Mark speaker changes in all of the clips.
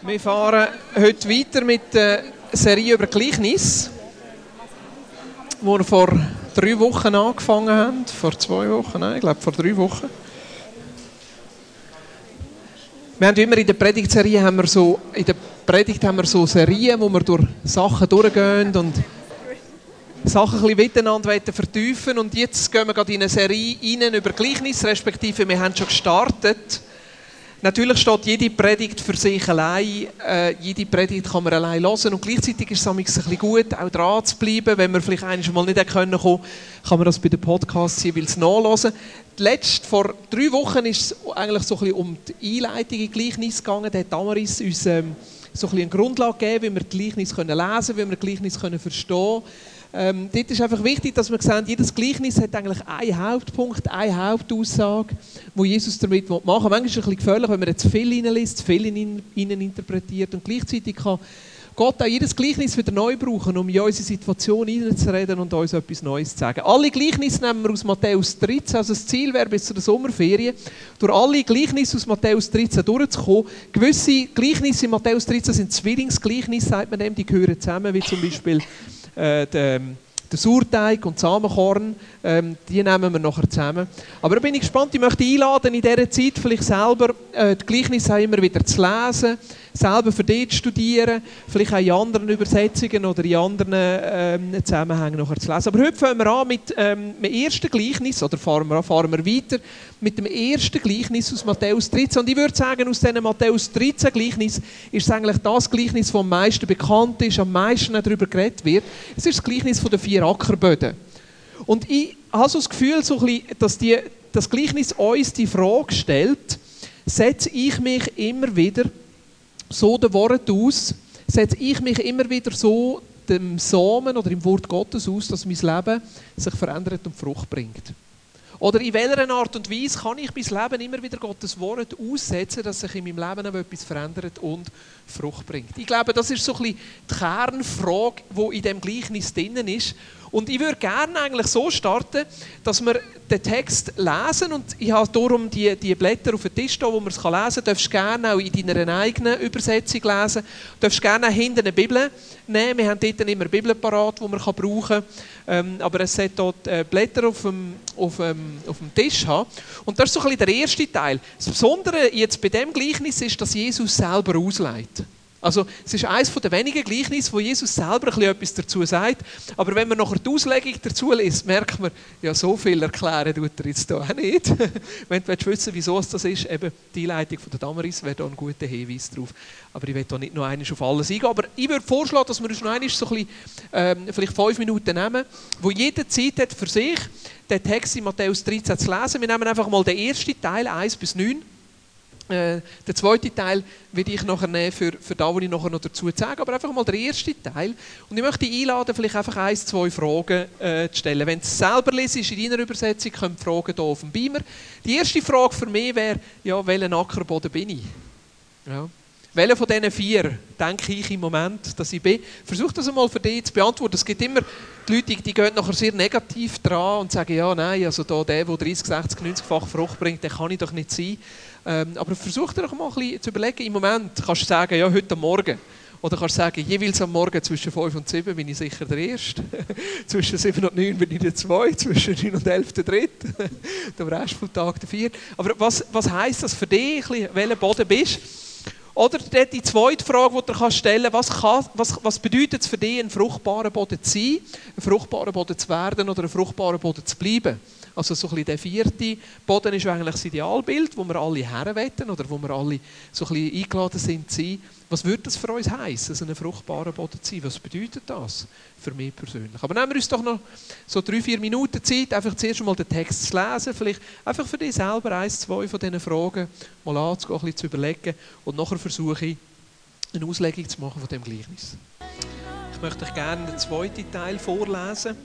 Speaker 1: Wir fahren heute weiter mit der Serie über Gleichnis, die wir vor 3 Wochen angefangen haben. Vor 2 Wochen, nein, ich glaube vor 3 Wochen. Wir haben immer in der Predigtserie haben wir so Serien, wo wir durch Sachen durchgehen und Sachen ein bisschen miteinander vertiefen. Und jetzt gehen wir gerade in eine Serie rein über Gleichnis, respektive wir haben schon gestartet. Natürlich steht jede Predigt für sich allein. Jede Predigt kann man allein hören. Und gleichzeitig ist es ein bisschen gut, auch dran zu bleiben. Wenn man vielleicht einmal nicht kommen konnte, kann man das bei den Podcasts jeweils nachhören. Vor 3 Wochen ist es eigentlich so ein bisschen um die Einleitung in Gleichnis gegangen. Da hat Damaris uns so ein bisschen eine Grundlage gegeben, wie wir Gleichnis lesen können, wie wir Gleichnis verstehen können. Dort ist einfach wichtig, dass wir sehen, jedes Gleichnis hat eigentlich einen Hauptpunkt, eine Hauptaussage, wo Jesus damit machen will. Manchmal ist es ein bisschen gefährlich, wenn man jetzt viel hineinliest, viel interpretiert und gleichzeitig kann Gott auch jedes Gleichnis wieder neu brauchen, um in unsere Situation hineinzureden und uns etwas Neues zu sagen. Alle Gleichnisse nehmen wir aus Matthäus 13, also das Ziel wäre bis zu der Sommerferien, durch alle Gleichnisse aus Matthäus 13 durchzukommen. Gewisse Gleichnisse in Matthäus 13 sind Zwillingsgleichnisse, sagt man dem, die gehören zusammen, wie zum Beispiel der Sauerteig und das Samenkorn, die nehmen wir nachher zusammen. Aber da bin ich gespannt, ich möchte einladen, in dieser Zeit vielleicht selber die Gleichnisse auch immer wieder zu lesen, selber für dich zu studieren, vielleicht auch in anderen Übersetzungen oder in anderen Zusammenhängen nachher zu lesen. Aber heute fangen wir an mit dem ersten Gleichnis, oder fahren wir weiter mit dem ersten Gleichnis aus Matthäus 13. Und ich würde sagen, aus diesem Matthäus 13 Gleichnis ist es eigentlich das Gleichnis, das am meisten bekannt ist, am meisten darüber geredet wird. Es ist das Gleichnis von den 4 Ackerböden. Und ich habe so das Gefühl, dass das Gleichnis uns die Frage stellt, setze ich mich immer wieder so den Worten aus, setze ich mich immer wieder so dem Samen oder im Wort Gottes aus, dass mein Leben sich verändert und Frucht bringt. Oder in welcher Art und Weise kann ich mein Leben immer wieder Gottes Wort aussetzen, dass sich in meinem Leben auch etwas verändert und Frucht bringt. Ich glaube, das ist so ein bisschen die Kernfrage, die in diesem Gleichnis drin ist. Und ich würde gerne eigentlich so starten, dass wir den Text lesen und ich habe darum die Blätter auf dem Tisch da, wo man es lesen kann. Du darfst gerne auch in deiner eigenen Übersetzung lesen. Du darfst gerne auch hinten eine Bibel nehmen. Wir haben dort immer Bibel parat, die man brauchen kann. Aber es sollte dort Blätter auf dem Tisch haben. Und das ist so ein bisschen der erste Teil. Das Besondere jetzt bei diesem Gleichnis ist, dass Jesus selber ausleitet. Also es ist eines der wenigen Gleichnisse, wo Jesus selber etwas dazu sagt. Aber wenn man nachher die Auslegung dazu liest, merkt man, ja, so viel erklären tut er jetzt hier auch nicht. Wenn du wissen willst, wieso es das ist, eben die Einleitung von der Damaris wäre da ein guter Hinweis drauf. Aber ich will da nicht noch einmal auf alles eingehen. Aber ich würde vorschlagen, dass wir uns noch einmal so ein bisschen, vielleicht 5 Minuten nehmen, wo jeder Zeit hat für sich, den Text in Matthäus 13 zu lesen. Wir nehmen einfach mal den ersten Teil, 1 bis 9. Den zweiten Teil werde ich nachher nehmen für das, was ich nachher noch dazu sage, aber einfach mal den ersten Teil. Und ich möchte dich einladen, vielleicht einfach 1, 2 Fragen zu stellen. Wenn du es selber liest, in deiner Übersetzung, kommen die Fragen hier auf dem Beamer. Die erste Frage für mich wäre, ja, welchen Ackerboden bin ich? Ja. Welcher von diesen 4 denke ich im Moment, dass ich bin? Versuch das einmal für dich zu beantworten. Es gibt immer die Leute, die gehen nachher sehr negativ dran und sagen, ja, nein, also da, der 30, 60, 90-fach Frucht bringt, der kann ich doch nicht sein. Aber versuch dir doch mal ein bisschen zu überlegen, im Moment kannst du sagen, ja, heute Morgen. Oder kannst du sagen, jeweils am Morgen zwischen 5 und 7 bin ich sicher der Erste. Zwischen 7 und 9 bin ich der Zweite. Zwischen 9 und 11 der Dritte. Der Rest vom Tag der Vierte. Aber was heisst das für dich, welcher Boden bist du? Oder die zweite Frage, die du stellen kannst, was bedeutet es für dich, ein fruchtbarer Boden zu sein, ein fruchtbarer Boden zu werden oder ein fruchtbarer Boden zu bleiben? Also so ein bisschen der 4. Boden ist eigentlich das Idealbild, wo wir alle herwollen oder wo wir alle so ein bisschen eingeladen sind zu sein. Was würde das für uns heissen, so ein fruchtbarer Boden zu sein? Was bedeutet das für mich persönlich? Aber nehmen wir uns doch noch so 3-4 Minuten Zeit, einfach zuerst einmal den Text zu lesen, vielleicht einfach für dich selber 1, 2 von diesen Fragen mal anzugehen, ein bisschen zu überlegen und nachher versuche ich, eine Auslegung zu machen von dem Gleichnis. Ich möchte euch gerne den zweiten Teil vorlesen,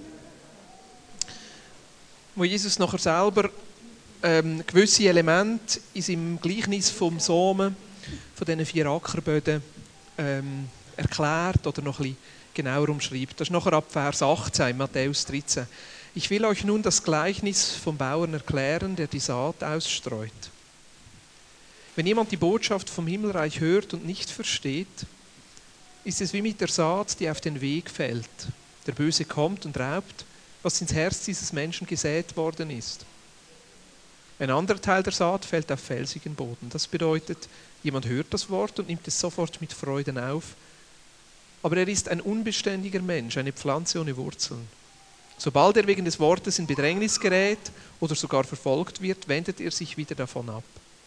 Speaker 1: wo Jesus nachher selber gewisse Elemente in seinem Gleichnis vom Samen, von diesen 4 Ackerböden erklärt oder noch ein bisschen genauer umschreibt. Das ist nachher ab Vers 18 in Matthäus 13. Ich will euch nun das Gleichnis vom Bauern erklären, der die Saat ausstreut. Wenn jemand die Botschaft vom Himmelreich hört und nicht versteht, ist es wie mit der Saat, die auf den Weg fällt. Der Böse kommt und raubt, was ins Herz dieses Menschen gesät worden ist. Ein anderer Teil der Saat fällt auf felsigen Boden. Das bedeutet, jemand hört das Wort und nimmt es sofort mit Freuden auf, aber er ist ein unbeständiger Mensch, eine Pflanze ohne Wurzeln. Sobald er wegen des Wortes in Bedrängnis gerät oder sogar verfolgt wird, wendet er sich wieder davon ab.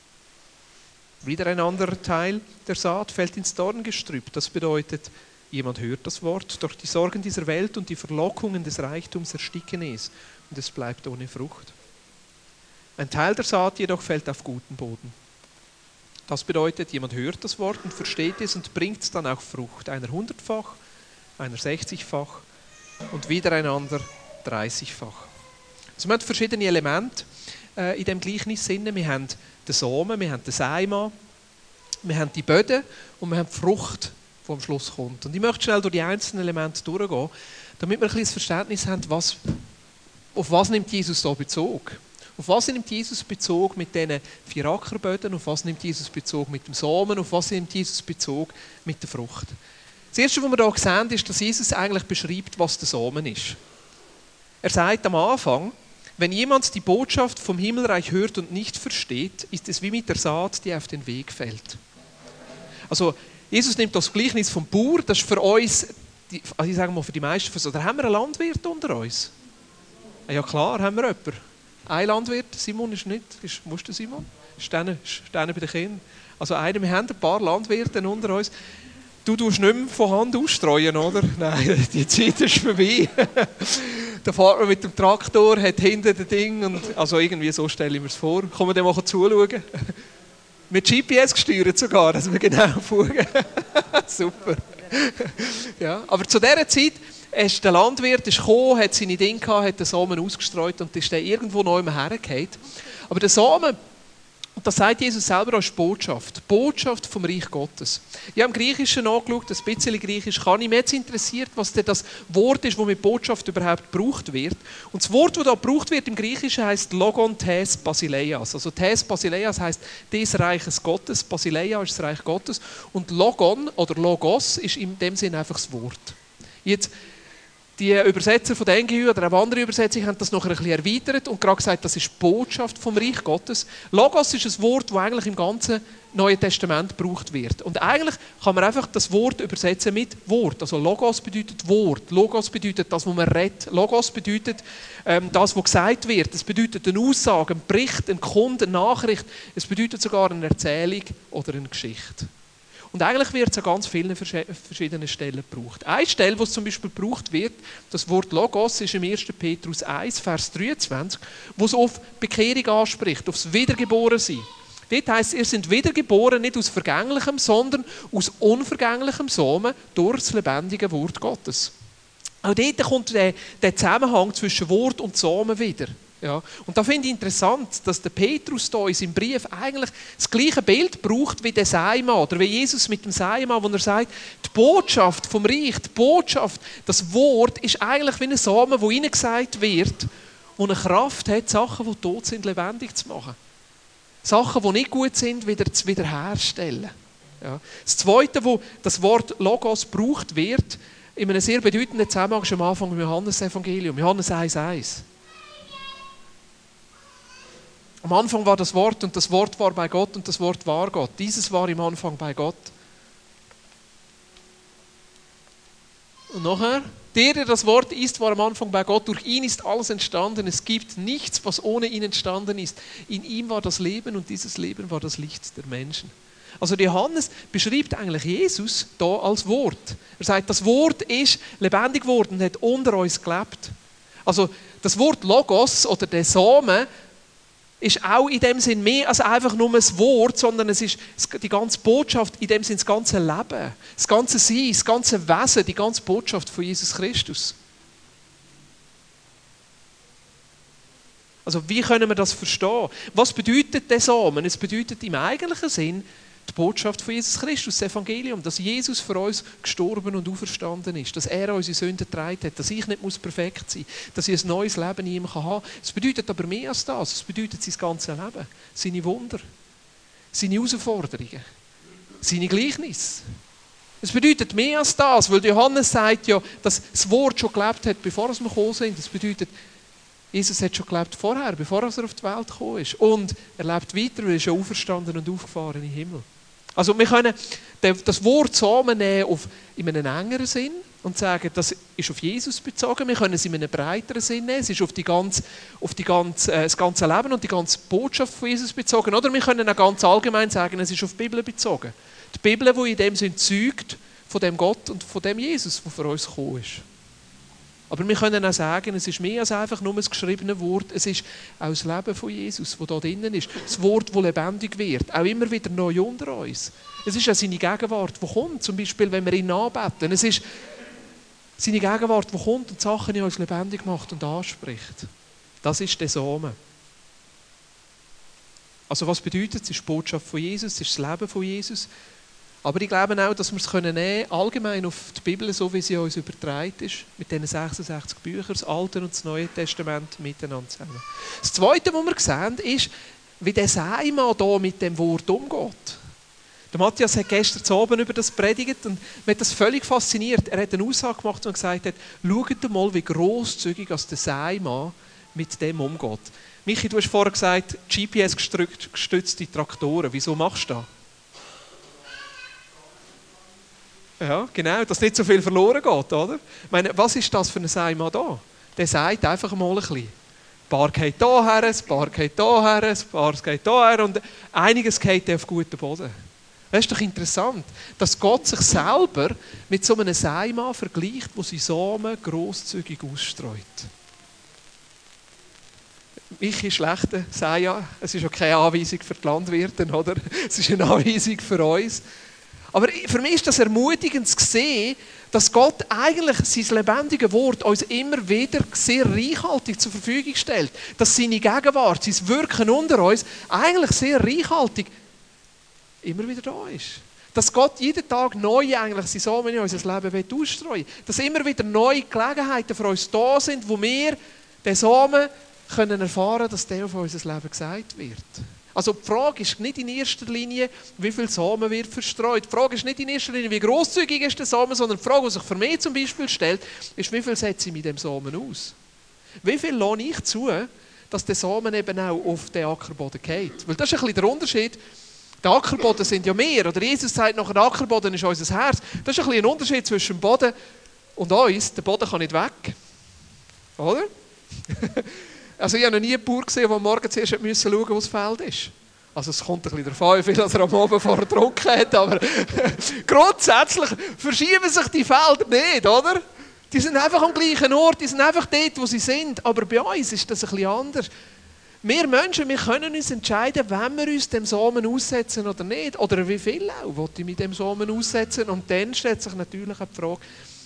Speaker 1: Wieder ein anderer Teil der Saat fällt ins Dorngestrüpp. Das bedeutet, jemand hört das Wort, doch die Sorgen dieser Welt und die Verlockungen des Reichtums ersticken es und es bleibt ohne Frucht. Ein Teil der Saat jedoch fällt auf guten Boden. Das bedeutet, jemand hört das Wort und versteht es und bringt es dann auch Frucht. Einer 100-fach, einer 60-fach und wieder ein anderer 30-fach. Also wir haben verschiedene Elemente in dem Gleichnis. Wir haben den Samen, wir haben den Seimann, wir haben die Böden und wir haben die Frucht, die am Schluss kommt. Und ich möchte schnell durch die einzelnen Elemente durchgehen, damit wir ein bisschen Verständnis haben, auf was nimmt Jesus da Bezug. Auf was nimmt Jesus Bezug mit diesen 4 Ackerböden? Auf was nimmt Jesus Bezug mit dem Samen? Auf was nimmt Jesus Bezug mit der Frucht? Das Erste, was wir hier sehen, ist, dass Jesus eigentlich beschreibt, was der Samen ist. Er sagt am Anfang, wenn jemand die Botschaft vom Himmelreich hört und nicht versteht, ist es wie mit der Saat, die auf den Weg fällt. Also Jesus nimmt das Gleichnis vom Bauer, das ist für uns, also ich sage mal für die meisten, oder haben wir einen Landwirt unter uns? Ja klar, haben wir jemanden. Ein Landwirt, Simon ist nicht, musst du Simon? Stehen bei den Kindern. Also wir haben ein paar Landwirte unter uns. Du tust nicht mehr von Hand ausstreuen, oder? Nein, die Zeit ist vorbei. Da fährt man mit dem Traktor, hat hinten das Ding, und, also irgendwie so stelle ich mir es vor. Kann man dem auch zuschauen? Mit GPS gesteuert sogar, dass wir genau folgen. Super. Ja, aber zu dieser Zeit der Landwirt ist gekommen, hat seine Dinge gehabt, hat den Samen ausgestreut und ist dann irgendwo neu hergefallen. Aber der Samen, und das sagt Jesus selber als Botschaft, Botschaft vom Reich Gottes. Ich habe im Griechischen nachgeschaut, ein bisschen Griechisch kann ich. Mich jetzt interessiert, was denn das Wort ist, das mit Botschaft überhaupt gebraucht wird. Und das Wort, das da gebraucht wird im Griechischen, heißt Logon Tes Basileias. Also Tes Basileias heißt des Reiches Gottes, Basileia ist das Reich Gottes und Logon oder Logos ist in dem Sinne einfach das Wort. Jetzt die Übersetzer von der NGÜ oder auch andere Übersetzer haben das noch ein bisschen erweitert und gerade gesagt, das ist die Botschaft vom Reich Gottes. Logos ist ein Wort, das eigentlich im ganzen Neuen Testament gebraucht wird. Und eigentlich kann man einfach das Wort übersetzen mit Wort. Also Logos bedeutet Wort. Logos bedeutet das, was man redet. Logos bedeutet das, was gesagt wird. Es bedeutet eine Aussage, ein Bericht, ein Kunde, eine Nachricht. Es bedeutet sogar eine Erzählung oder eine Geschichte. Und eigentlich wird es an ganz vielen verschiedenen Stellen gebraucht. Eine Stelle, wo es zum Beispiel gebraucht wird, das Wort Logos, ist im 1. Petrus 1, Vers 23, wo es auf Bekehrung anspricht, aufs Wiedergeborensein. Dort heisst es, ihr seid wiedergeboren, nicht aus vergänglichem, sondern aus unvergänglichem Samen durch das lebendige Wort Gottes. Auch dort kommt der Zusammenhang zwischen Wort und Samen wieder. Ja. Und da finde ich interessant, dass der Petrus da in seinem Brief eigentlich das gleiche Bild braucht wie der Seimann oder wie Jesus mit dem Seimann, wo er sagt, die Botschaft vom Reich, die Botschaft, das Wort ist eigentlich wie ein Samen, wo hineingesagt wird, wo eine Kraft hat, Sachen, die tot sind, lebendig zu machen. Sachen, die nicht gut sind, wieder zu wiederherstellen. Ja. Das Zweite, wo das Wort Logos gebraucht wird, in einem sehr bedeutenden Zusammenhang ist am Anfang im Johannes-Evangelium, Johannes 1,1. Am Anfang war das Wort und das Wort war bei Gott und das Wort war Gott. Dieses war im Anfang bei Gott. Und nachher, der das Wort ist, war am Anfang bei Gott. Durch ihn ist alles entstanden. Es gibt nichts, was ohne ihn entstanden ist. In ihm war das Leben und dieses Leben war das Licht der Menschen. Also Johannes beschreibt eigentlich Jesus da als Wort. Er sagt, das Wort ist lebendig geworden und hat unter uns gelebt. Also das Wort Logos oder der Samen ist auch in dem Sinn mehr als einfach nur ein Wort, sondern es ist die ganze Botschaft, in dem Sinn das ganze Leben, das ganze Sein, das ganze Wesen, die ganze Botschaft von Jesus Christus. Also wie können wir das verstehen? Was bedeutet der Samen? Es bedeutet im eigentlichen Sinn die Botschaft von Jesus Christus, das Evangelium, dass Jesus für uns gestorben und auferstanden ist, dass er unsere Sünden getragen hat, dass ich nicht perfekt sein muss, dass ich ein neues Leben in ihm haben kann. Es bedeutet aber mehr als das, es bedeutet sein ganzes Leben, seine Wunder, seine Herausforderungen, seine Gleichnisse. Es bedeutet mehr als das, weil Johannes sagt ja, dass das Wort schon gelebt hat, bevor wir gekommen sind. Das bedeutet, Jesus hat schon gelebt vorher, bevor er auf die Welt gekommen ist. Und er lebt weiter, weil er ist ja auferstanden und aufgefahren in den Himmel. Also wir können das Wort zusammennehmen in einem engeren Sinn und sagen, das ist auf Jesus bezogen. Wir können es in einem breiteren Sinn nehmen. Es ist auf das ganze Leben und die ganze Botschaft von Jesus bezogen. Oder wir können auch ganz allgemein sagen, es ist auf die Bibel bezogen. Die Bibel, die in dem Sinn zeugt von dem Gott und von dem Jesus, der für uns gekommen ist. Aber wir können auch sagen, es ist mehr als einfach nur das geschriebene Wort. Es ist auch das Leben von Jesus, das da drinnen ist. Das Wort, das lebendig wird. Auch immer wieder neu unter uns. Es ist auch seine Gegenwart, die kommt. Zum Beispiel, wenn wir ihn anbeten. Es ist seine Gegenwart, die kommt und Sachen in uns lebendig macht und anspricht. Das ist der Samen. Also was bedeutet es? Es ist die Botschaft von Jesus, es ist das Leben von Jesus. Aber ich glaube auch, dass wir es nehmen können, allgemein auf die Bibel, so wie sie uns übertragen ist, mit diesen 66 Büchern, das Alte und das Neue Testament miteinander zusammen. Das Zweite, was wir sehen, ist, wie der Seimann hier mit dem Wort umgeht. Der Matthias hat gestern Abend über das predigt und mich hat das völlig fasziniert. Er hat eine Aussage gemacht und gesagt hat, schaut mal, wie grosszügig der Seimann mit dem umgeht. Michi, du hast vorher gesagt, GPS-gestützte Traktoren. Wieso machst du das? Ja, genau, dass nicht so viel verloren geht, oder? Ich meine, was ist das für ein Seimann da? Der sagt einfach mal ein bisschen. Ein paar geht hierher, ein paar geht hierher, ein paar geht hierher und einiges geht auf guten Boden. Das ist doch interessant, dass Gott sich selber mit so einem Seimann vergleicht, wo sie Samen grosszügig ausstreut. Michi schlechte Seimann, es ist auch keine Anweisung für die Landwirte, oder? Es ist eine Anweisung für uns. Aber für mich ist das ermutigend zu sehen, dass Gott eigentlich sein lebendiges Wort uns immer wieder sehr reichhaltig zur Verfügung stellt. Dass seine Gegenwart, sein Wirken unter uns eigentlich sehr reichhaltig immer wieder da ist. Dass Gott jeden Tag neu eigentlich seine Samen in unser Leben ausstreuen will. Dass immer wieder neue Gelegenheiten für uns da sind, wo wir den Samen können erfahren, dass der auf unser Leben gesagt wird. Also die Frage ist nicht in erster Linie, wie viel Samen wird verstreut. Die Frage ist nicht in erster Linie, wie grosszügig ist der Samen, sondern die Frage, die sich für mich zum Beispiel stellt, ist, wie viel setze ich mit dem Samen aus? Wie viel lasse ich zu, dass der Samen eben auch auf den Ackerboden geht? Weil das ist ein bisschen der Unterschied. Der Ackerboden sind ja mehr. Oder Jesus sagt nachher, der Ackerboden ist unser Herz. Das ist ein bisschen ein Unterschied zwischen dem Boden und uns. Der Boden kann nicht weg. Oder? Also ich habe noch nie einen Bauer gesehen, der morgens erst schauen musste, wo das Feld ist. Also es kommt ein bisschen darauf an, wie viel er am Abend vorher getrunken hat, aber grundsätzlich verschieben sich die Felder nicht, oder? Die sind einfach am gleichen Ort, die sind einfach dort, wo sie sind. Aber bei uns ist das ein bisschen anders. Wir Menschen, wir können uns entscheiden, wenn wir uns dem Samen aussetzen oder nicht. Oder wie viel auch, will ich mit dem Samen aussetzen. Und dann stellt sich natürlich auch die Frage,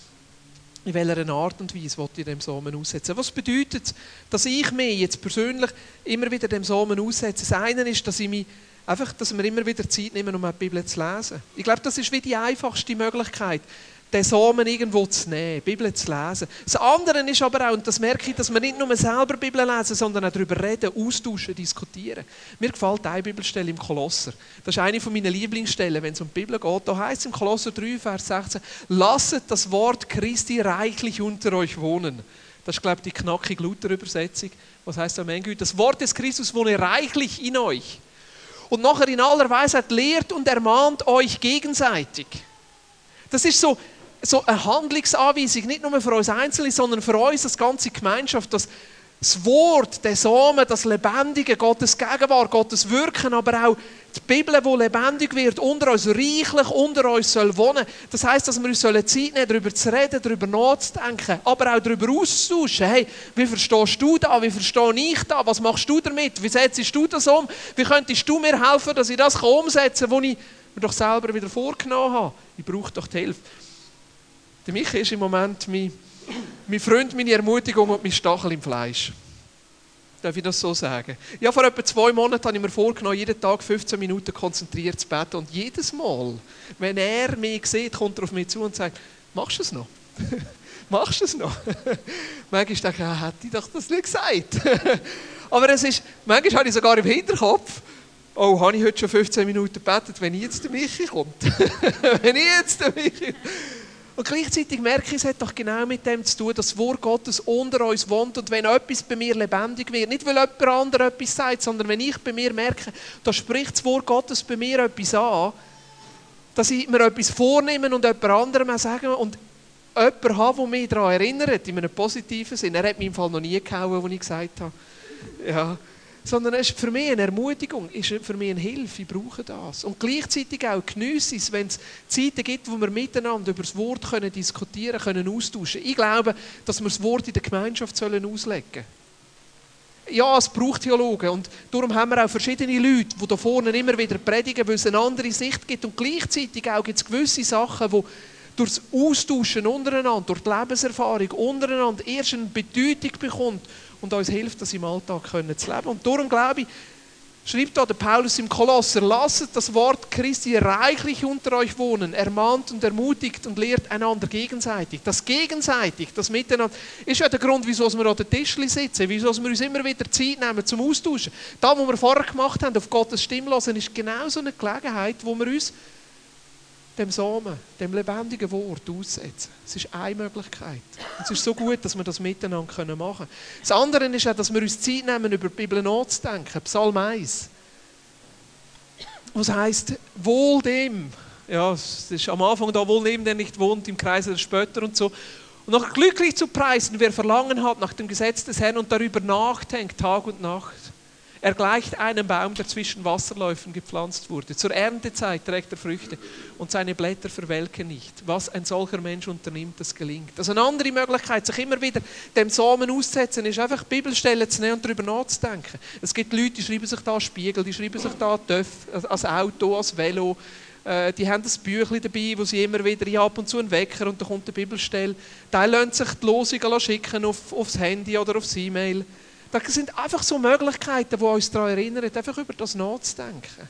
Speaker 1: in welcher Art und Weise will ich dem Samen aussetzen? Was bedeutet es, dass ich mich jetzt persönlich immer wieder dem Samen aussetze? Das eine ist, dass wir immer wieder Zeit nehmen, um die Bibel zu lesen. Ich glaube, das ist wie die einfachste Möglichkeit, den Samen irgendwo zu nehmen, die Bibel zu lesen. Das andere ist aber auch, und das merke ich, dass wir nicht nur selber die Bibel lesen, sondern auch darüber reden, austauschen, diskutieren. Mir gefällt eine Bibelstelle im Kolosser. Das ist eine meiner Lieblingsstellen, wenn es um die Bibel geht. Da heißt es im Kolosser 3, Vers 16, lasset das Wort Christi reichlich unter euch wohnen. Das ist, glaube ich, die knackige Luther-Übersetzung. Was heißt am Ende? Das Wort des Christus wohne reichlich in euch. Und nachher in aller Weisheit lehrt und ermahnt euch gegenseitig. Das ist so eine Handlungsanweisung, nicht nur für uns Einzelne, sondern für uns als ganze Gemeinschaft, dass das Wort, der Samen, das Lebendige, Gottes Gegenwart, Gottes Wirken, aber auch die Bibel, die lebendig wird, unter uns, reichlich unter uns soll wohnen. Das heisst, dass wir uns Zeit nehmen sollen, darüber zu reden, darüber nachzudenken, aber auch darüber auszutauschen. Hey, wie verstehst du das? Wie verstehe ich das? Was machst du damit? Wie setzt du das um? Wie könntest du mir helfen, dass ich das umsetzen kann, was ich mir doch selber wieder vorgenommen habe? Ich brauche doch die Hilfe. Der Michi ist im Moment mein Freund, meine Ermutigung und mein Stachel im Fleisch. Darf ich das so sagen? Ja, vor etwa 2 Monaten habe ich mir vorgenommen, jeden Tag 15 Minuten konzentriert zu beten. Und jedes Mal, wenn er mich sieht, kommt er auf mich zu und sagt, machst du es noch? Machst du es noch? Manchmal denke ich, hätte ich doch das nicht gesagt. Aber manchmal habe ich sogar im Hinterkopf, oh, habe ich heute schon 15 Minuten gebetet, wenn jetzt der Michi kommt. Wenn jetzt der Michi... Und gleichzeitig merke ich, es hat doch genau mit dem zu tun, dass das Wort Gottes unter uns wohnt und wenn etwas bei mir lebendig wird, nicht weil jemand anderes etwas sagt, sondern wenn ich bei mir merke, da spricht das Wort Gottes bei mir etwas an, dass ich mir etwas vornehme und jemand anderem auch sagen und jemanden habe, der mich daran erinnert, in einem positiven Sinn. Er hat mich im Fall noch nie gehauen, als ich gesagt habe. Ja. Sondern es ist für mich eine Ermutigung, ist für mich eine Hilfe, ich brauche das. Und gleichzeitig auch geniesse es, wenn es Zeiten gibt, wo wir miteinander über das Wort können diskutieren können, austauschen. Ich glaube, dass wir das Wort in der Gemeinschaft auslegen sollen. Ja, es braucht Theologen und darum haben wir auch verschiedene Leute, die da vorne immer wieder predigen, weil es eine andere Sicht gibt. Und gleichzeitig auch gibt es gewisse Sachen, die durch das Austauschen untereinander, durch die Lebenserfahrung untereinander erst eine Bedeutung bekommt und uns hilft, das im Alltag zu leben. Und darum glaube ich, schreibt da der Paulus im Kolosser, lasst das Wort Christi reichlich unter euch wohnen, ermahnt und ermutigt und lehrt einander gegenseitig. Das Gegenseitig, das Miteinander, ist ja der Grund, wieso wir an den Tischchen sitzen, wieso wir uns immer wieder Zeit nehmen zum Austauschen. Da, wo wir vorher gemacht haben, auf Gottes Stimme hören, ist genau so eine Gelegenheit, wo wir uns dem Samen, dem lebendigen Wort aussetzen. Es ist eine Möglichkeit. Es ist so gut, dass wir das miteinander machen können. Das andere ist auch, dass wir uns Zeit nehmen, über die Bibel nachzudenken. Psalm 1. Was heisst, wohl dem. Ja, es ist am Anfang da, wohl dem, der nicht wohnt, im Kreise der Spötter und so. Und noch glücklich zu preisen, wer Verlangen hat nach dem Gesetz des Herrn und darüber nachdenkt, Tag und Nacht. Er gleicht einem Baum, der zwischen Wasserläufen gepflanzt wurde. Zur Erntezeit trägt er Früchte und seine Blätter verwelken nicht. Was ein solcher Mensch unternimmt, das gelingt. Also eine andere Möglichkeit, sich immer wieder dem Samen auszusetzen, ist einfach Bibelstellen zu nehmen und darüber nachzudenken. Es gibt Leute, die schreiben sich da Spiegel, die schreiben sich da Töff, als Auto, als Velo. Die haben ein Büchlein dabei, wo sie immer wieder ab und zu einen Wecker und da kommt eine Bibelstelle. Die lassen sich die Losungen schicken aufs Handy oder aufs E-Mail. Das sind einfach so Möglichkeiten, die uns daran erinnern, einfach über das nachzudenken.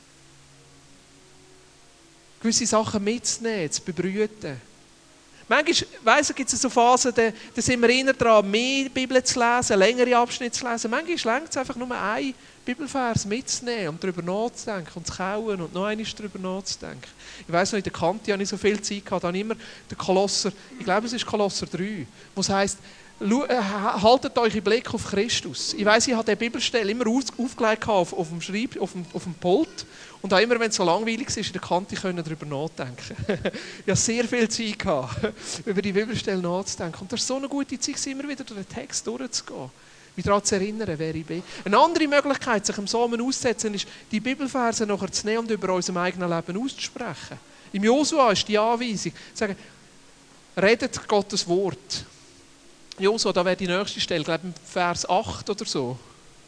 Speaker 1: Gewisse Sachen mitzunehmen, zu bebrüten. Manchmal gibt es so Phasen, da sind wir eher daran, mehr Bibel zu lesen, längere Abschnitte zu lesen. Manchmal reicht es einfach nur einen Bibelvers mitzunehmen und darüber nachzudenken und zu kauen und noch einmal darüber nachzudenken. Ich weiss noch, in der Kante habe ich so viel Zeit gehabt, da habe ich immer den Kolosser, ich glaube es ist Kolosser 3, wo es heisst, haltet euch im Blick auf Christus. Ich weiss, ich habe diese Bibelstelle immer aufgelegt auf dem Pult und auch immer, wenn es so langweilig ist, in der Kante können darüber nachdenken. Ich hatte sehr viel Zeit gehabt, über die Bibelstelle nachzudenken. Und das war so eine gute Zeit, immer wieder durch den Text durchzugehen. Mich daran zu erinnern, wer ich bin. Eine andere Möglichkeit, sich im Samen auszusetzen, ist, die Bibelverse nachher zu nehmen und über unser eigenes Leben auszusprechen. Im Josua ist die Anweisung, sagen, redet Gottes Wort. Josua, da wäre die nächste Stelle, glaube ich, Vers 8 oder so.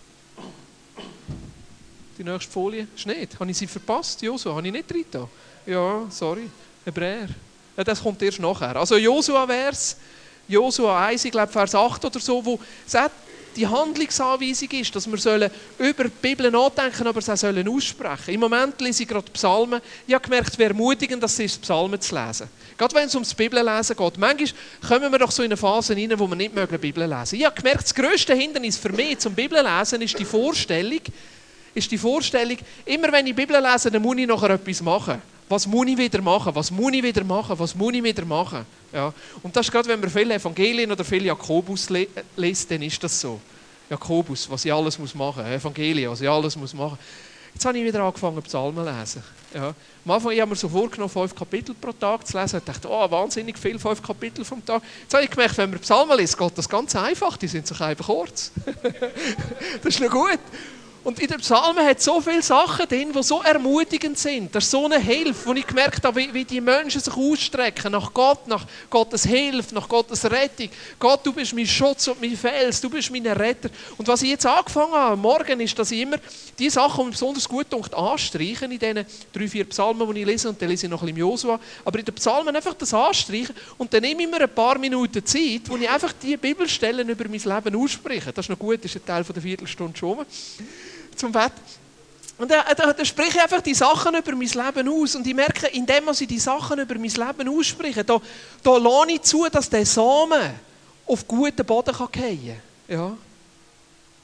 Speaker 1: Die nächste Folie ist nicht. Habe ich sie verpasst, Josua? Habe ich nicht drin da? Ja, sorry. Hebräer. Ja, das kommt erst nachher. Also Josua wäre es, Josua 1, ich glaube Vers 8 oder so, wo die Handlungsanweisung ist, dass wir über die Bibel nachdenken, aber sie auch aussprechen sollen. Im Moment lese ich gerade Psalmen. Ich habe gemerkt, es wäre ermutigend, dass es Psalmen zu lesen. Gerade wenn es ums Bibellesen geht. Manchmal kommen wir doch so in eine Phase rein, wo wir nicht die Bibel lesen mögen. Ich habe gemerkt, das grösste Hindernis für mich zum Bibellesen ist die Vorstellung, immer wenn ich die Bibel lese, dann muss ich nachher etwas machen. Was muss ich wieder machen? Was muss ich wieder machen? Was muss ich wieder machen? Ja. Und das ist gerade, wenn man viele Evangelien oder viele Jakobus liest, dann ist das so. Jakobus, was ich alles machen muss. Evangelien, was ich alles machen muss. Jetzt habe ich wieder angefangen, Psalmen zu lesen. Ja. Am Anfang habe ich mir so vorgenommen, 5 Kapitel pro Tag zu lesen. Ich dachte, wahnsinnig viel, 5 Kapitel vom Tag. Jetzt habe ich gemerkt, wenn man Psalmen liest, geht das ganz einfach. Die sind so einfach kurz. Das ist noch gut. Und in den Psalmen hat es so viele Sachen drin, die so ermutigend sind. Das ist so eine Hilfe, wo ich gemerkt habe, wie die Menschen sich ausstrecken nach Gott, nach Gottes Hilfe, nach Gottes Rettung. Gott, du bist mein Schutz und mein Fels, du bist mein Retter. Und was ich jetzt angefangen habe am Morgen, ist, dass ich immer die Sachen, die mir besonders gut tun, anstreiche in diesen 3-4 Psalmen, die ich lese, und dann lese ich noch ein bisschen im Josua. Aber in den Psalmen einfach das anstreichen und dann nehme ich mir ein paar Minuten Zeit, wo ich einfach die Bibelstellen über mein Leben ausspreche. Das ist noch gut, das ist ein Teil von der Viertelstunde schon. Zum Bett. Und da spreche ich einfach die Sachen über mein Leben aus. Und ich merke, indem ich die Sachen über mein Leben ausspreche, da lasse ich zu, dass der Samen auf guten Boden fallen kann. Ja.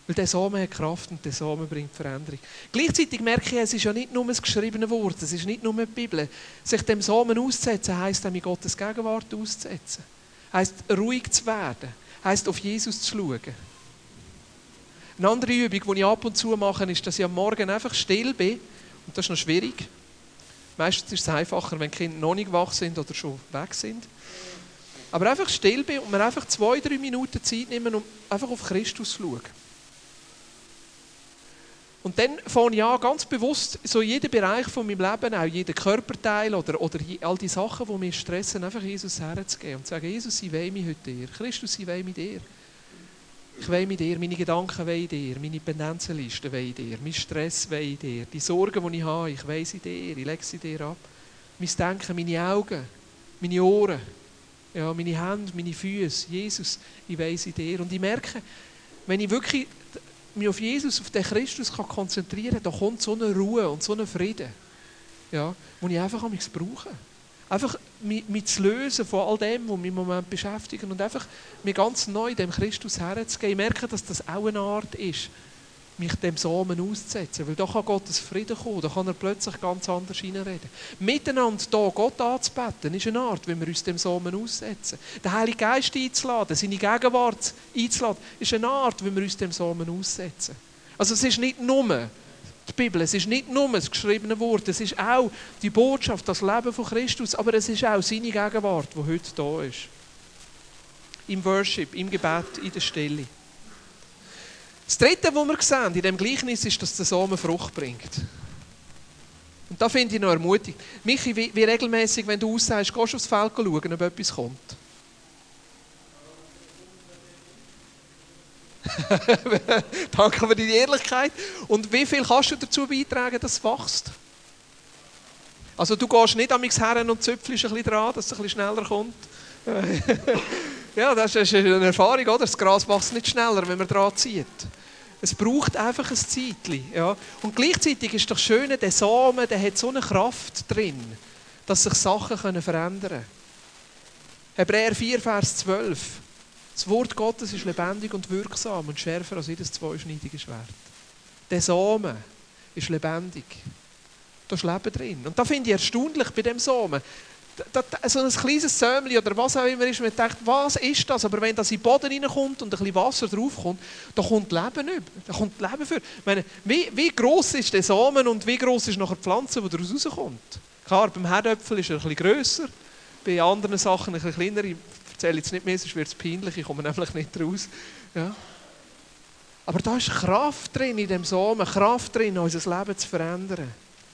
Speaker 1: Weil der Samen hat Kraft und der Samen bringt Veränderung. Gleichzeitig merke ich, es ist ja nicht nur das geschriebene Wort, es ist nicht nur die Bibel. Sich dem Samen auszusetzen, heisst auch in Gottes Gegenwart auszusetzen. Heisst ruhig zu werden, heisst auf Jesus zu schauen. Eine andere Übung, die ich ab und zu mache, ist, dass ich am Morgen einfach still bin. Und das ist noch schwierig. Meistens ist es einfacher, wenn die Kinder noch nicht wach sind oder schon weg sind. Aber einfach still bin und mir einfach 2-3 Minuten Zeit nehmen, um einfach auf Christus zu schauen. Und dann fange ich an, ganz bewusst so jeden Bereich von meinem Leben, auch jeden Körperteil oder all die Sachen, die mich stressen, einfach Jesus herzugeben und zu sagen, Jesus, ich will mich heute dir. Christus, ich will mit dir. Ich will mit dir, meine Gedanken will ich dir, meine Pendenzenlisten will ich dir, mein Stress will ich dir, die Sorgen, die ich habe, ich will sie dir, ich lege sie dir ab. Mein Denken, meine Augen, meine Ohren, ja, meine Hände, meine Füße, Jesus, ich will sie dir. Und ich merke, wenn ich wirklich mich auf Jesus, auf den Christus konzentrieren kann, da kommt so eine Ruhe und so ein Frieden, ja, den ich einfach brauche. Einfach mich zu lösen von all dem, was mich im Moment beschäftigt und einfach mir ganz neu dem Christus herzugeben. Ich merke, dass das auch eine Art ist, mich dem Samen auszusetzen, weil da kann Gottes Frieden kommen, da kann er plötzlich ganz anders hineinreden. Miteinander hier Gott anzubeten, ist eine Art, wie wir uns dem Samen aussetzen. Den Heiligen Geist einzuladen, seine Gegenwart einzuladen, ist eine Art, wie wir uns dem Samen aussetzen. Also es ist nicht nur die Bibel, es ist nicht nur das geschriebene Wort, es ist auch die Botschaft, das Leben von Christus, aber es ist auch seine Gegenwart, die heute da ist. Im Worship, im Gebet, in der Stille. Das Dritte, was wir sehen in diesem Gleichnis, ist, dass der Samen Frucht bringt. Und da finde ich noch ermutigend. Michi, wie regelmäßig, wenn du aussagst, gehst du aufs Feld schauen, ob etwas kommt? Danke für deine Ehrlichkeit. Und wie viel kannst du dazu beitragen, dass es wächst? Also du gehst nicht an mich her und züpfelst ein bisschen dran, dass es ein bisschen schneller kommt. Ja, das ist eine Erfahrung, oder? Das Gras wächst nicht schneller, wenn man dran zieht. Es braucht einfach ein Zeitchen. Ja. Und gleichzeitig ist das Schöne, der Samen, der hat so eine Kraft drin, dass sich Sachen verändern können. Hebräer 4, Vers 12. Das Wort Gottes ist lebendig und wirksam und schärfer als jedes zweischneidige Schwert. Der Samen ist lebendig. Da ist Leben drin. Und da finde ich erstaunlich bei dem Samen. So ein kleines Sämli oder was auch immer ist, man denkt, was ist das? Aber wenn das in den Boden reinkommt und ein bisschen Wasser draufkommt, da kommt Leben über. Da kommt Leben für. Ich meine, wie gross ist der Samen und wie gross ist nachher die Pflanze, die daraus rauskommt? Klar, beim Herdöpfel ist er ein bisschen grösser, bei anderen Sachen ein bisschen kleiner. Ich erzähle jetzt nicht mehr, sonst wird es peinlich, ich komme nämlich nicht raus. Ja. Aber da ist Kraft drin in dem Samen, Kraft drin, unser Leben zu verändern.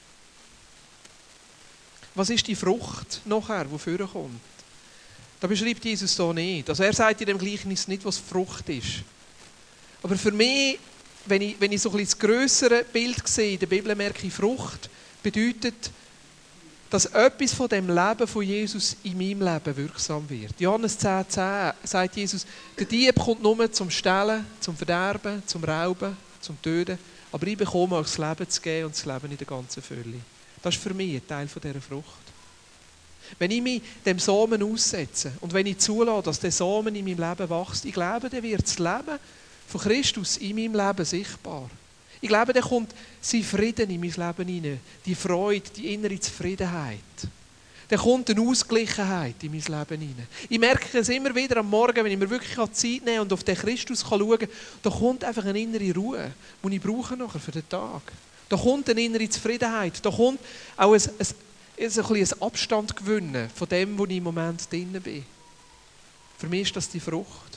Speaker 1: Was ist die Frucht nachher, die vorkommt? Da beschreibt Jesus so nicht. Also er sagt in dem Gleichnis nicht, was Frucht ist. Aber für mich, wenn ich so ein bisschen das grössere Bild sehe in der Bibel, merke ich, Frucht bedeutet, dass etwas von dem Leben von Jesus in meinem Leben wirksam wird. Johannes 10,10 sagt Jesus, der Dieb kommt nur zum Stehlen, zum Verderben, zum Rauben, zum Töten. Aber ich bekomme euch das Leben zu geben und das Leben in der ganzen Fülle. Das ist für mich ein Teil dieser Frucht. Wenn ich mich dem Samen aussetze und wenn ich zulasse, dass der Samen in meinem Leben wächst, ich glaube, dann wird das Leben von Christus in meinem Leben sichtbar. Ich glaube, dann kommt sein Frieden in mein Leben hinein, die Freude, die innere Zufriedenheit. Dann kommt eine Ausgleichenheit in mein Leben hinein. Ich merke es immer wieder am Morgen, wenn ich mir wirklich Zeit nehmen und auf den Christus schauen kann, da kommt einfach eine innere Ruhe, die ich brauche nachher für den Tag. Da kommt eine innere Zufriedenheit, da kommt auch ein Abstand gewinnen von dem, wo ich im Moment drin bin. Für mich ist das die Frucht.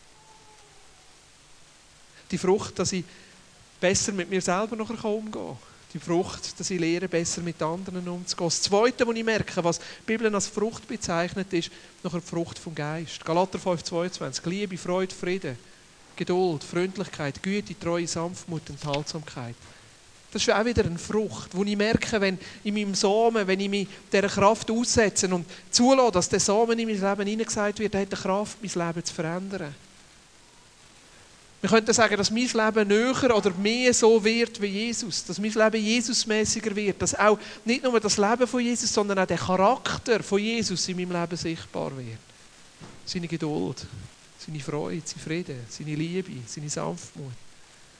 Speaker 1: Die Frucht, dass ich besser mit mir selber nachher umgehen kann. Die Frucht, dass ich lerne, besser mit anderen umzugehen. Das Zweite, was ich merke, was die Bibel als Frucht bezeichnet, ist nachher die Frucht vom Geist. Galater 5,22. Liebe, Freude, Frieden, Geduld, Freundlichkeit, Güte, Treue, Sanftmut, Enthaltsamkeit. Das ist auch wieder eine Frucht, wo ich merke, wenn in meinem Samen, wenn ich mich dieser Kraft aussetze und zulasse, dass der Samen in mein Leben hineingesagt wird, hat er Kraft, mein Leben zu verändern. Wir könnten sagen, dass mein Leben näher oder mehr so wird wie Jesus, dass mein Leben Jesusmäßiger wird, dass auch nicht nur das Leben von Jesus, sondern auch der Charakter von Jesus in meinem Leben sichtbar wird. Seine Geduld, seine Freude, sein Frieden, seine Liebe, seine Sanftmut.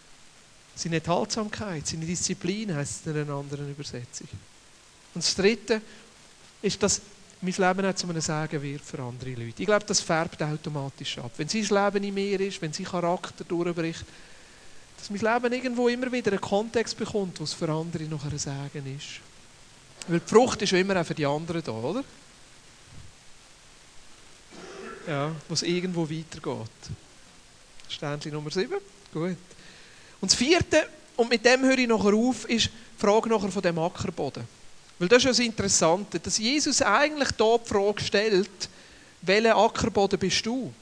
Speaker 1: Seine Enthaltsamkeit, seine Disziplin heisst es in einer anderen Übersetzung. Und das Dritte ist, dass mein Leben auch zu einem Segen wird für andere Leute. Ich glaube, das färbt automatisch ab. Wenn sein Leben in mir ist, wenn sein Charakter durchbricht, dass mein Leben irgendwo immer wieder einen Kontext bekommt, wo es für andere noch ein Segen ist. Weil die Frucht ist ja immer auch für die anderen da, oder? Ja, wo es irgendwo weitergeht. Ständchen Nummer 7. Gut. Und das vierte, und mit dem höre ich nachher auf, ist die Frage nachher von dem Ackerboden. Weil das ist ja das Interessante, dass Jesus eigentlich hier die Frage stellt, welchen Ackerboden bist du?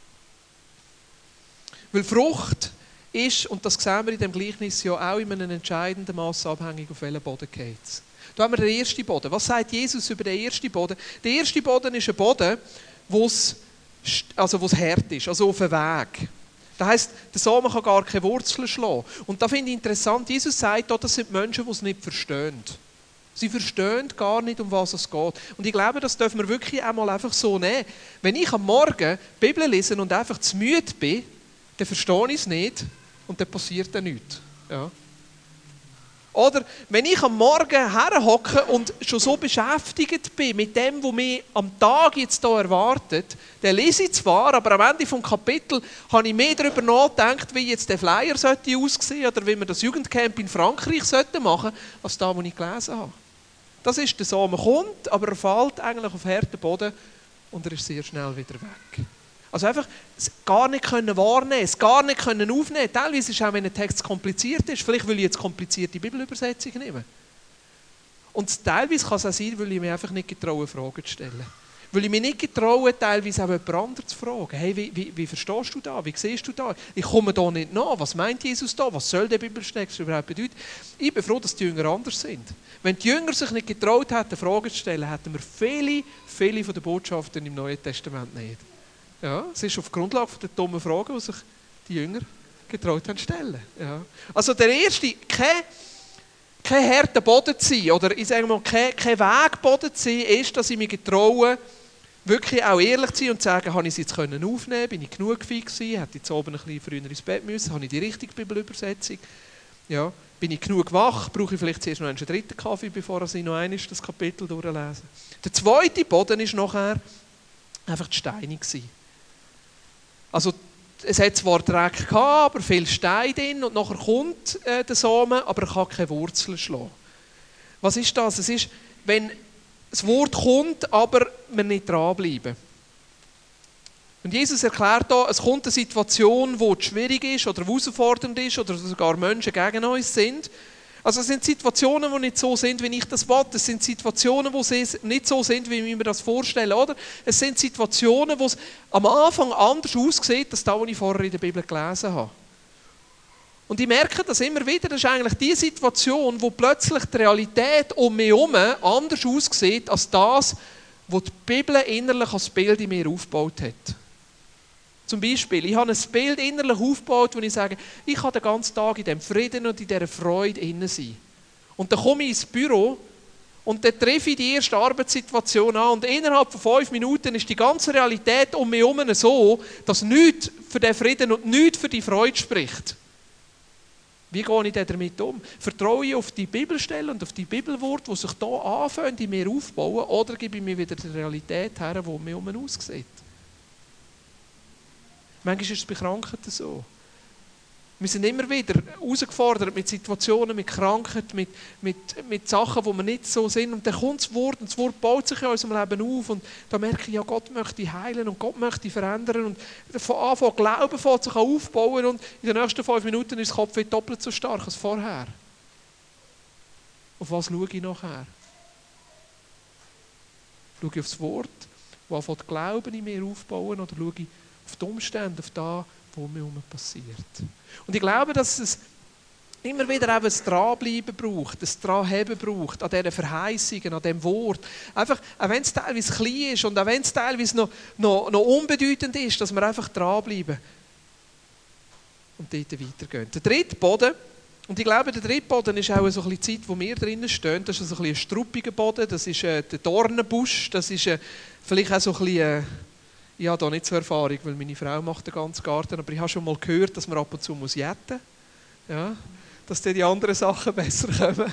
Speaker 1: Weil Frucht ist, und das sehen wir in dem Gleichnis ja auch in einem entscheidenden Maß abhängig, auf welchen Boden geht es. Da haben wir den ersten Boden. Was sagt Jesus über den ersten Boden? Der erste Boden ist ein Boden, wo es hart ist, also auf dem Weg. Das heisst, der Samen kann gar keine Wurzeln schlagen. Und da finde ich interessant, Jesus sagt hier, das sind Menschen, die es nicht verstehen. Sie verstehen gar nicht, um was es geht. Und ich glaube, das dürfen wir wirklich einmal einfach so nehmen. Wenn ich am Morgen die Bibel lese und einfach zu müde bin, dann verstehe ich es nicht und dann passiert dann nichts. Ja. Oder wenn ich am Morgen herhocke und schon so beschäftigt bin mit dem, was mich am Tag jetzt hier erwartet, dann lese ich zwar, aber am Ende des Kapitels habe ich mehr darüber nachgedacht, wie jetzt der Flyer sollte aussehen oder wie wir das Jugendcamp in Frankreich sollten machen, als das, was ich gelesen habe. Das ist, der Samen kommt, aber er fällt eigentlich auf harten Boden und er ist sehr schnell wieder weg. Also einfach es gar nicht können wahrnehmen, es gar nicht können aufnehmen. Teilweise ist es auch, wenn ein Text kompliziert ist, vielleicht will ich jetzt komplizierte Bibelübersetzung nehmen. Und teilweise kann es auch sein, weil ich mich einfach nicht getraue, Fragen zu stellen. Weil ich mich nicht getraue, teilweise auch jemand anderen zu fragen. Hey, wie verstehst du das? Wie siehst du das? Ich komme da nicht nach. Was meint Jesus da? Was soll der Bibeltext überhaupt bedeuten? Ich bin froh, dass die Jünger anders sind. Wenn die Jünger sich nicht getraut hätten, Fragen zu stellen, hätten wir viele von den Botschaften im Neuen Testament nicht. Ja, es ist auf Grundlage der dummen Fragen, die sich die Jünger getraut haben zu stellen. Ja. Also der erste, kein harter Boden zu sein, oder ich sage mal, kein Wegboden zu sein, ist, dass ich mich getraue, wirklich auch ehrlich zu sein und zu sagen, habe ich es jetzt aufnehmen können, bin ich genug fit gewesen, hätte jetzt oben ein bisschen früher ins Bett müssen, habe ich die richtige Bibelübersetzung, ja, bin ich genug wach, brauche ich vielleicht zuerst noch einen dritten Kaffee, bevor ich noch einmal das Kapitel durchlese. Der zweite Boden ist nachher einfach die Steine gewesen. Also es hat zwar Dreck gehabt, aber viel Stein drin und nachher kommt der Samen, aber er kann keine Wurzeln schlagen. Was ist das? Es ist, wenn das Wort kommt, aber wir nicht dranbleiben. Und Jesus erklärt hier, es kommt eine Situation, die schwierig ist oder herausfordernd ist oder sogar Menschen gegen uns sind. Also es sind Situationen, die nicht so sind, wie ich das will. Es sind Situationen, die nicht so sind, wie ich mir das vorstelle. Oder? Es sind Situationen, wo es am Anfang anders aussieht, als das, was ich vorher in der Bibel gelesen habe. Und ich merke das immer wieder, das ist eigentlich die Situation, wo plötzlich die Realität um mich herum anders aussieht, als das, was die Bibel innerlich als Bild in mir aufgebaut hat. Zum Beispiel, ich habe ein Bild innerlich aufgebaut, wo ich sage, ich kann den ganzen Tag in diesem Frieden und in dieser Freude innen sein. Und dann komme ich ins Büro und dann treffe ich die erste Arbeitssituation an und innerhalb von 5 Minuten ist die ganze Realität um mich herum so, dass nichts für den Frieden und nichts für die Freude spricht. Wie gehe ich damit um? Vertraue ich auf die Bibelstellen und auf die Bibelworte, die sich hier anfangen, in mir aufbauen, oder gebe ich mir wieder die Realität her, die um mich herum aussieht? Manchmal ist es bei Krankheiten so. Wir sind immer wieder herausgefordert mit Situationen, mit Krankheit, mit Sachen, die wir nicht so sind. Und dann kommt das Wort und das Wort baut sich in unserem Leben auf. Und da merke ich, ja, Gott möchte heilen und Gott möchte verändern. Und von Anfang an Glauben fängt sich aufbauen und in den nächsten 5 Minuten ist das Kopf doppelt so stark als vorher. Auf was schaue ich nachher? Schaue ich auf das Wort, das anfängt Glauben in mir aufbauen, oder schaue ich auf die Umstände, auf das, was mir herum passiert. Und ich glaube, dass es immer wieder eben ein Dranbleiben braucht, ein Dranheben braucht an diesen Verheißungen, an diesem Wort. Einfach, auch wenn es teilweise klein ist und auch wenn es teilweise noch unbedeutend ist, dass wir einfach dranbleiben und dort weitergehen. Der dritte Boden, und ich glaube, der dritte Boden ist auch so ein bisschen die Zeit, wo wir drinnen stehen. Das ist so ein struppiger Boden, das ist der Dornenbusch, das ist vielleicht auch so ein bisschen... Ich habe da nicht so Erfahrung, weil meine Frau macht den ganzen Garten, aber ich habe schon mal gehört, dass man ab und zu jäten muss. Ja, dass dann die anderen Sachen besser kommen.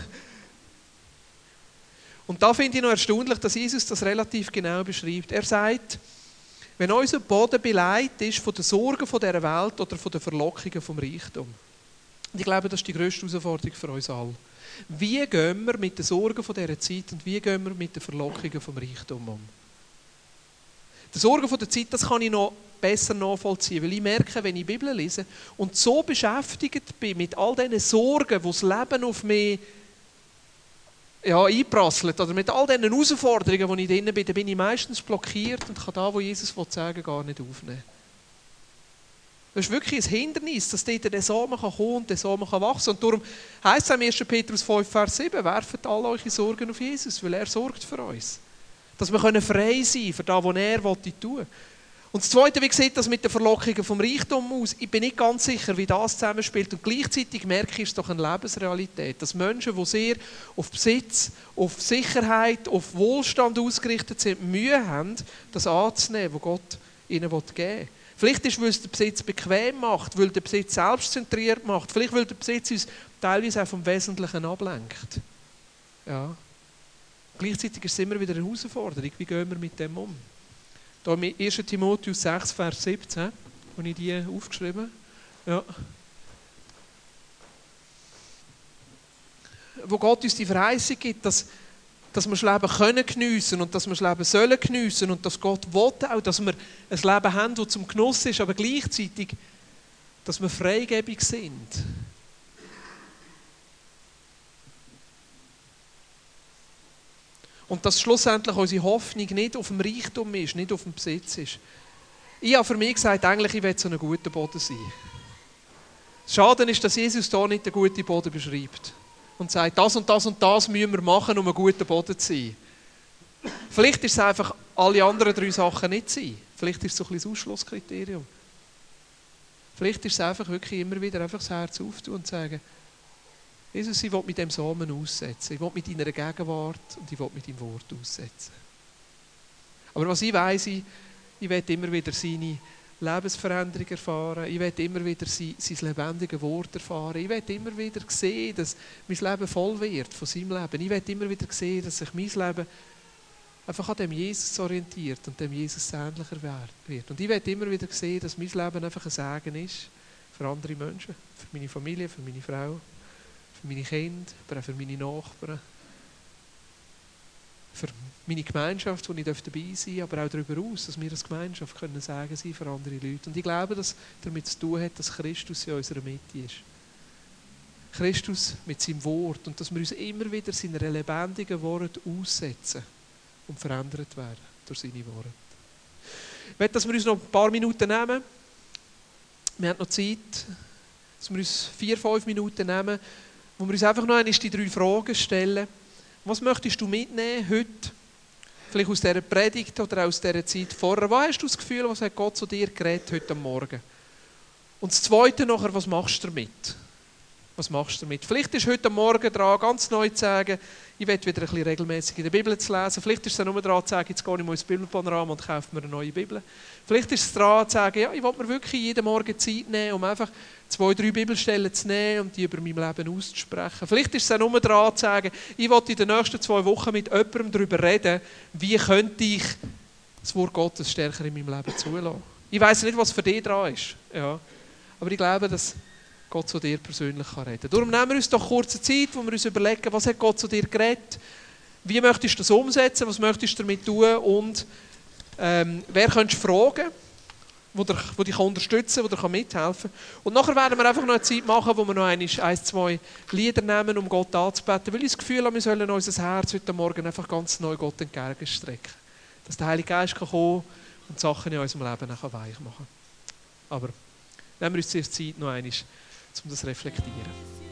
Speaker 1: Und da finde ich noch erstaunlich, dass Jesus das relativ genau beschreibt. Er sagt, wenn unser Boden beleidigt ist von den Sorgen dieser Welt oder von den Verlockungen vom Reichtum. Und ich glaube, das ist die grösste Herausforderung für uns alle. Wie gehen wir mit den Sorgen dieser Zeit und wie gehen wir mit den Verlockungen vom Reichtum um? Die Sorgen der Zeit, das kann ich noch besser nachvollziehen, weil ich merke, wenn ich die Bibel lese und so beschäftigt bin mit all diesen Sorgen, die das Leben auf mich einprasselt, oder mit all diesen Herausforderungen, wo ich drin bin, dann bin ich meistens blockiert und kann da, wo Jesus sagen will, gar nicht aufnehmen. Das ist wirklich ein Hindernis, dass dort der Samen kommen kann und der Samen wachsen kann. Und darum heisst es im 1. Petrus 5, Vers 7, werft all eure Sorgen auf Jesus, weil er sorgt für uns. Dass wir frei sein können für das, was er tun will. Und das Zweite, wie sieht das mit den Verlockungen vom Reichtum aus? Ich bin nicht ganz sicher, wie das zusammenspielt. Und gleichzeitig merke ich, es doch eine Lebensrealität. Dass Menschen, die sehr auf Besitz, auf Sicherheit, auf Wohlstand ausgerichtet sind, Mühe haben, das anzunehmen, was Gott ihnen geben will. Vielleicht ist es, weil es den Besitz bequem macht, weil der Besitz selbstzentriert macht. Vielleicht, weil der Besitz uns teilweise auch vom Wesentlichen ablenkt. Ja. Gleichzeitig ist es immer wieder eine Herausforderung. Wie gehen wir mit dem um? Hier im 1. Timotheus 6, Vers 17, habe ich die aufgeschrieben. Ja. Wo Gott uns die Verheißung gibt, dass wir das Leben können geniessen und dass wir das Leben sollen geniessen und dass Gott will auch, dass wir ein Leben haben, das zum Genuss ist, aber gleichzeitig, dass wir freigebig sind. Und dass schlussendlich unsere Hoffnung nicht auf dem Reichtum ist, nicht auf dem Besitz ist. Ich habe für mich gesagt, eigentlich, ich will so ein guter Boden sein. Schade ist, dass Jesus hier nicht den guten Boden beschreibt. Und sagt, das und das und das müssen wir machen, um ein guter Boden zu sein. Vielleicht ist es einfach, alle anderen 3 Sachen nicht sein. Vielleicht ist es so ein bisschen das Ausschlusskriterium. Vielleicht ist es einfach wirklich immer wieder einfach das Herz auftun und sagen, Jesus, ich will mit dem Samen aussetzen. Ich will mit deiner Gegenwart und ich will mit deinem Wort aussetzen. Aber was ich weiss, ich will immer wieder seine Lebensveränderung erfahren. Ich will immer wieder sein lebendiges Wort erfahren. Ich will immer wieder sehen, dass mein Leben voll wird von seinem Leben. Ich will immer wieder sehen, dass sich mein Leben einfach an dem Jesus orientiert und dem Jesus ähnlicher wird. Und ich will immer wieder sehen, dass mein Leben einfach ein Segen ist für andere Menschen, für meine Familie, für meine Frau, für meine Kinder, aber auch für meine Nachbarn, für meine Gemeinschaft, wo ich dabei sein darf, aber auch darüber hinaus, dass wir als Gemeinschaft können Segen sein für andere Leute. Und ich glaube, dass damit zu tun hat, dass Christus in unserer Mitte ist. Christus mit seinem Wort und dass wir uns immer wieder seiner lebendigen Wort aussetzen und verändert werden durch seine Worte. Ich möchte, dass wir uns noch ein paar Minuten nehmen. Wir haben noch Zeit, dass wir uns 4-5 Minuten nehmen, wo wir uns einfach noch einmal die 3 Fragen stellen. Was möchtest du mitnehmen heute? Vielleicht aus dieser Predigt oder aus dieser Zeit vorher. Was hast du das Gefühl, was hat Gott zu dir geredet heute Morgen? Und das Zweite nachher, was machst du damit? Was machst du damit? Vielleicht ist heute Morgen dran, ganz neu zu sagen, ich werde wieder ein bisschen regelmäßig in der Bibel zu lesen. Vielleicht ist es nur dran zu sagen, jetzt gehe ich mal ins Bibelpanorama und kaufe mir eine neue Bibel. Vielleicht ist es dran zu sagen, ja, ich will mir wirklich jeden Morgen Zeit nehmen, um einfach 2-3 Bibelstellen zu nehmen und die über mein Leben auszusprechen. Vielleicht ist es auch nur dran zu sagen, ich will in den nächsten 2 Wochen mit jemandem darüber reden, wie könnte ich das Wort Gottes stärker in meinem Leben zulassen. Ich weiss nicht, was für dich dran ist. Ja. Aber ich glaube, dass Gott zu dir persönlich reden kann. Darum nehmen wir uns doch kurze Zeit, wo wir uns überlegen, was hat Gott zu dir geredet, wie möchtest du das umsetzen, was möchtest du damit tun und wer könntest du fragen, wo dich unterstützen kann, wo dir mithelfen kann. Und nachher werden wir einfach noch eine Zeit machen, wo wir noch 1-2 Lieder nehmen, um Gott anzubeten, weil ich das Gefühl habe, wir sollen unser Herz heute Morgen einfach ganz neu Gott entgegenstrecken. Dass der Heilige Geist kann kommen und Sachen in unserem Leben auch weich machen. Aber nehmen wir uns zuerst Zeit noch einmal, um das zu reflektieren.